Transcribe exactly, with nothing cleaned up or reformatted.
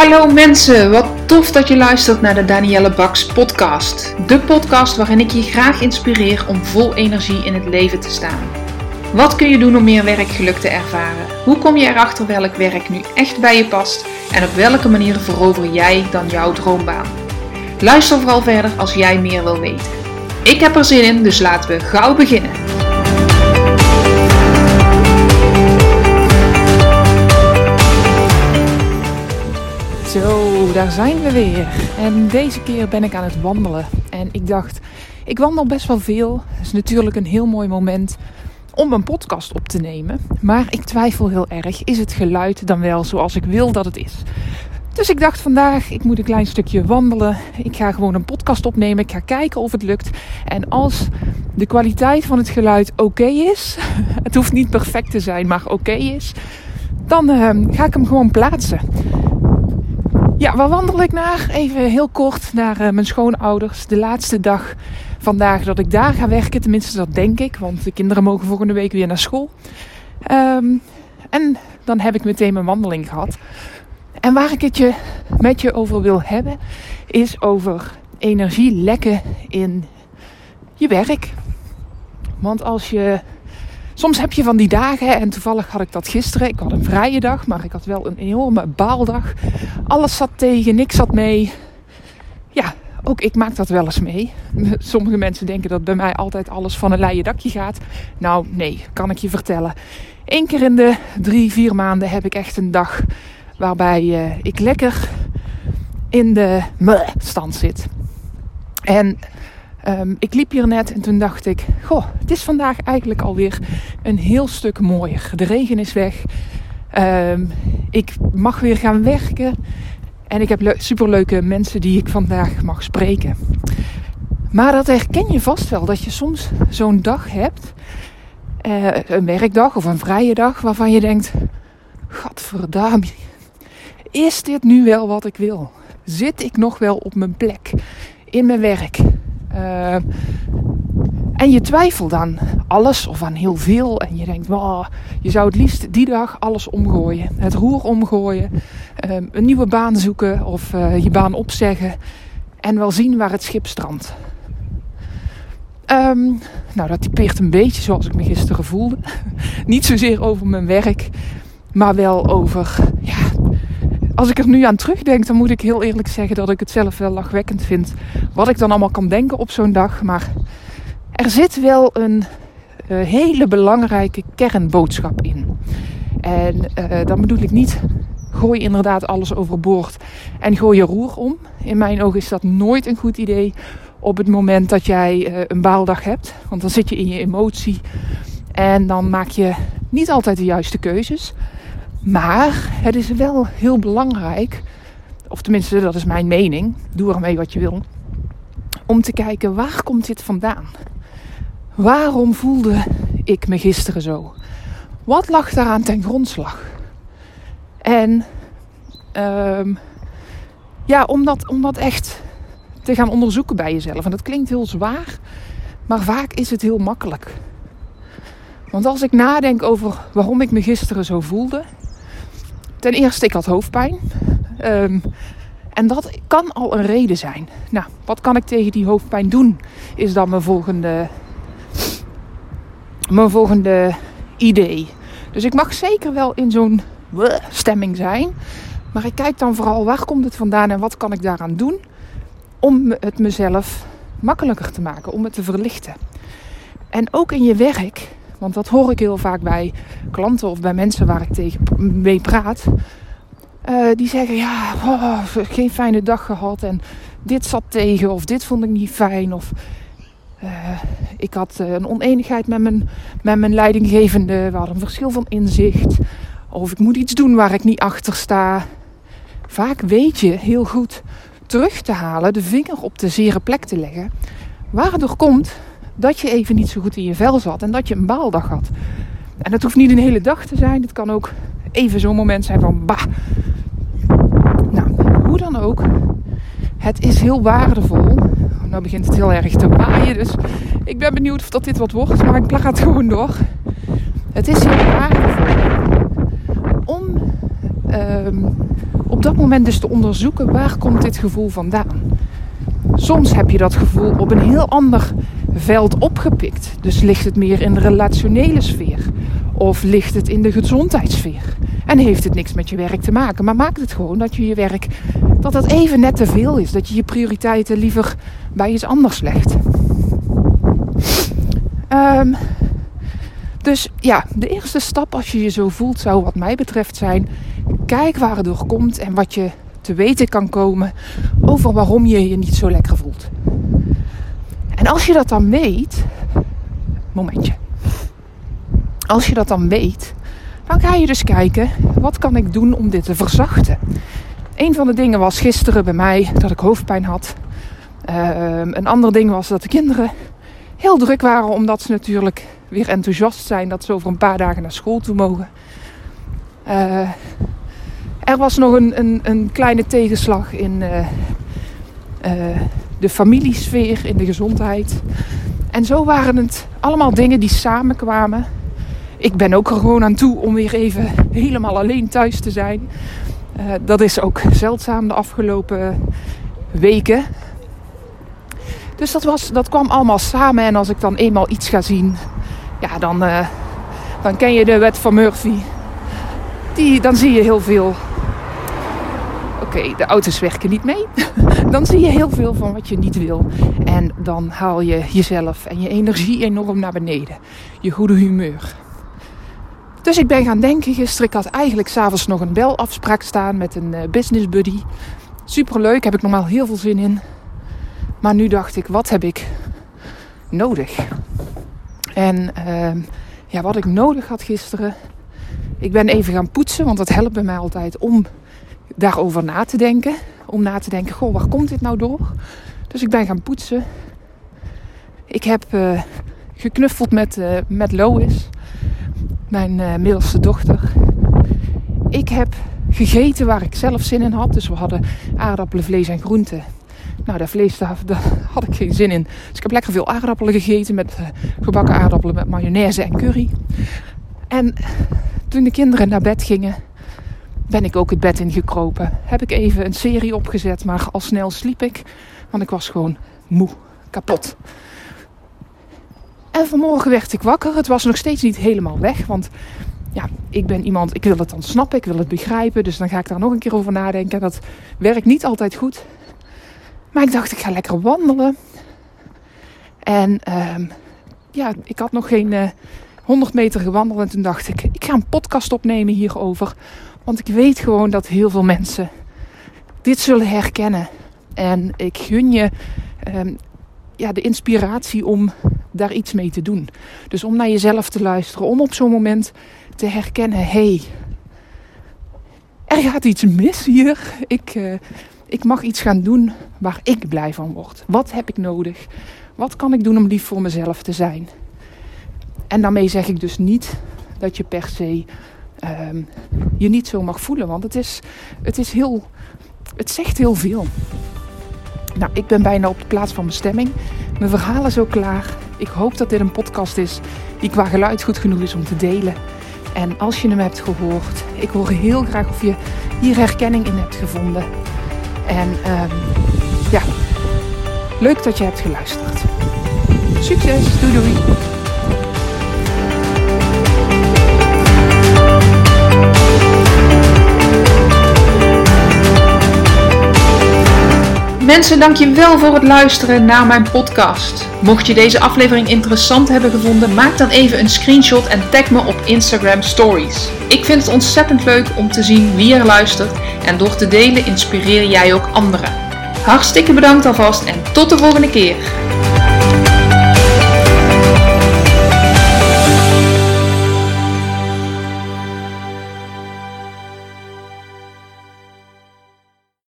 Hallo mensen, wat tof dat je luistert naar de Danielle Baks podcast. De podcast waarin ik je graag inspireer om vol energie in het leven te staan. Wat kun je doen om meer werkgeluk te ervaren? Hoe kom je erachter welk werk nu echt bij je past? En op welke manier verover jij dan jouw droombaan? Luister vooral verder als jij meer wil weten. Ik heb er zin in, dus laten we gauw beginnen. Zo, daar zijn we weer. En deze keer ben ik aan het wandelen. En ik dacht, ik wandel best wel veel. Het is natuurlijk een heel mooi moment om een podcast op te nemen. Maar ik twijfel heel erg, is het geluid dan wel zoals ik wil dat het is? Dus ik dacht vandaag, ik moet een klein stukje wandelen. Ik ga gewoon een podcast opnemen. Ik ga kijken of het lukt. En als de kwaliteit van het geluid oké is, het hoeft niet perfect te zijn, maar oké is, dan uh, ga ik hem gewoon plaatsen. Ja, waar wandel ik naar? Even heel kort naar uh, mijn schoonouders. De laatste dag vandaag dat ik daar ga werken. Tenminste, dat denk ik. Want de kinderen mogen volgende week weer naar school. Um, en dan heb ik meteen mijn wandeling gehad. En waar ik het je met je over wil hebben, is over energielekken in je werk. Want als je... Soms heb je van die dagen, en toevallig had ik dat gisteren. Ik had een vrije dag, maar ik had wel een enorme baaldag. Alles zat tegen, niks zat mee. Ja, ook ik maak dat wel eens mee. Sommige mensen denken dat bij mij altijd alles van een leien dakje gaat. Nou, nee, kan ik je vertellen. Eén keer in de drie, vier maanden heb ik echt een dag waarbij uh, ik lekker in de stand zit. En... Um, ik liep hier net en toen dacht ik, goh, het is vandaag eigenlijk alweer een heel stuk mooier. De regen is weg. Um, ik mag weer gaan werken. En ik heb le- superleuke mensen die ik vandaag mag spreken. Maar dat herken je vast wel, dat je soms zo'n dag hebt. Uh, een werkdag of een vrije dag waarvan je denkt, gadverdamme, is dit nu wel wat ik wil? Zit ik nog wel op mijn plek in mijn werk? Uh, en je twijfelt aan alles of aan heel veel. En je denkt, wow, je zou het liefst die dag alles omgooien. Het roer omgooien. Uh, een nieuwe baan zoeken of uh, je baan opzeggen. En wel zien waar het schip strandt. Um, nou, dat typeert een beetje zoals ik me gisteren voelde. Niet zozeer over mijn werk, maar wel over... ja. Als ik er nu aan terugdenk, dan moet ik heel eerlijk zeggen dat ik het zelf wel lachwekkend vind. Wat ik dan allemaal kan denken op zo'n dag. Maar er zit wel een uh, hele belangrijke kernboodschap in. En uh, dan bedoel ik niet, gooi inderdaad alles overboord en gooi je roer om. In mijn ogen is dat nooit een goed idee op het moment dat jij uh, een baaldag hebt. Want dan zit je in je emotie en dan maak je niet altijd de juiste keuzes. Maar het is wel heel belangrijk, of tenminste dat is mijn mening, doe ermee wat je wil, om te kijken waar komt dit vandaan? Waarom voelde ik me gisteren zo? Wat lag daaraan ten grondslag? En um, ja, om dat, om dat echt te gaan onderzoeken bij jezelf. En dat klinkt heel zwaar, maar vaak is het heel makkelijk. Want als ik nadenk over waarom ik me gisteren zo voelde... Ten eerste, ik had hoofdpijn. Um, en dat kan al een reden zijn. Nou, wat kan ik tegen die hoofdpijn doen? Is dan mijn volgende, mijn volgende idee. Dus ik mag zeker wel in zo'n stemming zijn. Maar ik kijk dan vooral, waar komt het vandaan en wat kan ik daaraan doen? Om het mezelf makkelijker te maken, om het te verlichten. En ook in je werk... Want dat hoor ik heel vaak bij klanten of bij mensen waar ik tegen mee praat. Uh, die zeggen, ja, oh, geen fijne dag gehad. En dit zat tegen of dit vond ik niet fijn. Of uh, ik had uh, een oneenigheid met mijn, met mijn leidinggevende. We hadden een verschil van inzicht. Of ik moet iets doen waar ik niet achter sta. Vaak weet je heel goed terug te halen, de vinger op de zere plek te leggen. Waardoor komt... dat je even niet zo goed in je vel zat en dat je een baaldag had. En dat hoeft niet een hele dag te zijn. Het kan ook even zo'n moment zijn van bah. Nou, hoe dan ook. Het is heel waardevol. Nou begint het heel erg te waaien. Dus ik ben benieuwd of dat dit wat wordt. Maar ik praat gewoon door. Het is heel waardevol om um, op dat moment dus te onderzoeken, waar komt dit gevoel vandaan? Soms heb je dat gevoel op een heel ander veld opgepikt. Dus ligt het meer in de relationele sfeer. Of ligt het in de gezondheidssfeer. En heeft het niks met je werk te maken. Maar maakt het gewoon dat je je werk, dat dat even net te veel is. Dat je je prioriteiten liever bij iets anders legt. Um, dus ja, de eerste stap als je je zo voelt zou wat mij betreft zijn: kijk waar het door komt en wat je te weten kan komen over waarom je je niet zo lekker voelt. En als je dat dan weet, momentje. Als je dat dan weet, dan ga je dus kijken, wat kan ik doen om dit te verzachten? Een van de dingen was gisteren bij mij dat ik hoofdpijn had. Uh, een ander ding was dat de kinderen heel druk waren, omdat ze natuurlijk weer enthousiast zijn dat ze over een paar dagen naar school toe mogen. Uh, er was nog een, een, een kleine tegenslag in uh, uh, de familiesfeer, in de gezondheid. En zo waren het allemaal dingen die samenkwamen. Ik ben ook er gewoon aan toe om weer even helemaal alleen thuis te zijn. Uh, dat is ook zeldzaam de afgelopen weken. Dus dat, was, dat kwam allemaal samen. En als ik dan eenmaal iets ga zien, ja, dan, uh, dan ken je de wet van Murphy. Die, dan zie je heel veel. Oké, okay, de auto's werken niet mee. Dan zie je heel veel van wat je niet wil. En dan haal je jezelf en je energie enorm naar beneden. Je goede humeur. Dus ik ben gaan denken gisteren. Ik had eigenlijk 's avonds nog een belafspraak staan met een uh, business buddy. Superleuk, heb ik normaal heel veel zin in. Maar nu dacht ik, wat heb ik nodig? En uh, ja, wat ik nodig had gisteren. Ik ben even gaan poetsen, want dat helpt bij mij altijd om daarover na te denken. Om na te denken, goh, waar komt dit nou door? Dus ik ben gaan poetsen. Ik heb uh, geknuffeld met, uh, met Lois, mijn uh, middelste dochter. Ik heb gegeten waar ik zelf zin in had. Dus we hadden aardappelen, vlees en groenten. Nou, dat vlees, daar, daar had ik geen zin in. Dus ik heb lekker veel aardappelen gegeten met uh, gebakken aardappelen met mayonaise en curry. En toen de kinderen naar bed gingen, ben ik ook het bed ingekropen. Heb ik even een serie opgezet, maar al snel sliep ik. Want ik was gewoon moe, kapot. En vanmorgen werd ik wakker. Het was nog steeds niet helemaal weg. Want ja, ik ben iemand, ik wil het dan snappen, ik wil het begrijpen. Dus dan ga ik daar nog een keer over nadenken. Dat werkt niet altijd goed. Maar ik dacht, ik ga lekker wandelen. En uh, ja, ik had nog geen uh, honderd meter gewandeld. En toen dacht ik, ik ga een podcast opnemen hierover. Want ik weet gewoon dat heel veel mensen dit zullen herkennen. En ik gun je um, ja, de inspiratie om daar iets mee te doen. Dus om naar jezelf te luisteren. Om op zo'n moment te herkennen, hé, hey, er gaat iets mis hier. Ik, uh, ik mag iets gaan doen waar ik blij van word. Wat heb ik nodig? Wat kan ik doen om lief voor mezelf te zijn? En daarmee zeg ik dus niet dat je per se um, je niet zo mag voelen. Want het is, het is heel, het zegt heel veel. Nou, ik ben bijna op de plaats van bestemming. Mijn verhaal is ook klaar. Ik hoop dat dit een podcast is die qua geluid goed genoeg is om te delen. En als je hem hebt gehoord, ik hoor heel graag of je hier herkenning in hebt gevonden. En um, ja, leuk dat je hebt geluisterd. Succes, doei doei. Mensen, dank je wel voor het luisteren naar mijn podcast. Mocht je deze aflevering interessant hebben gevonden, maak dan even een screenshot en tag me op Instagram Stories. Ik vind het ontzettend leuk om te zien wie er luistert en door te delen inspireer jij ook anderen. Hartstikke bedankt alvast en tot de volgende keer.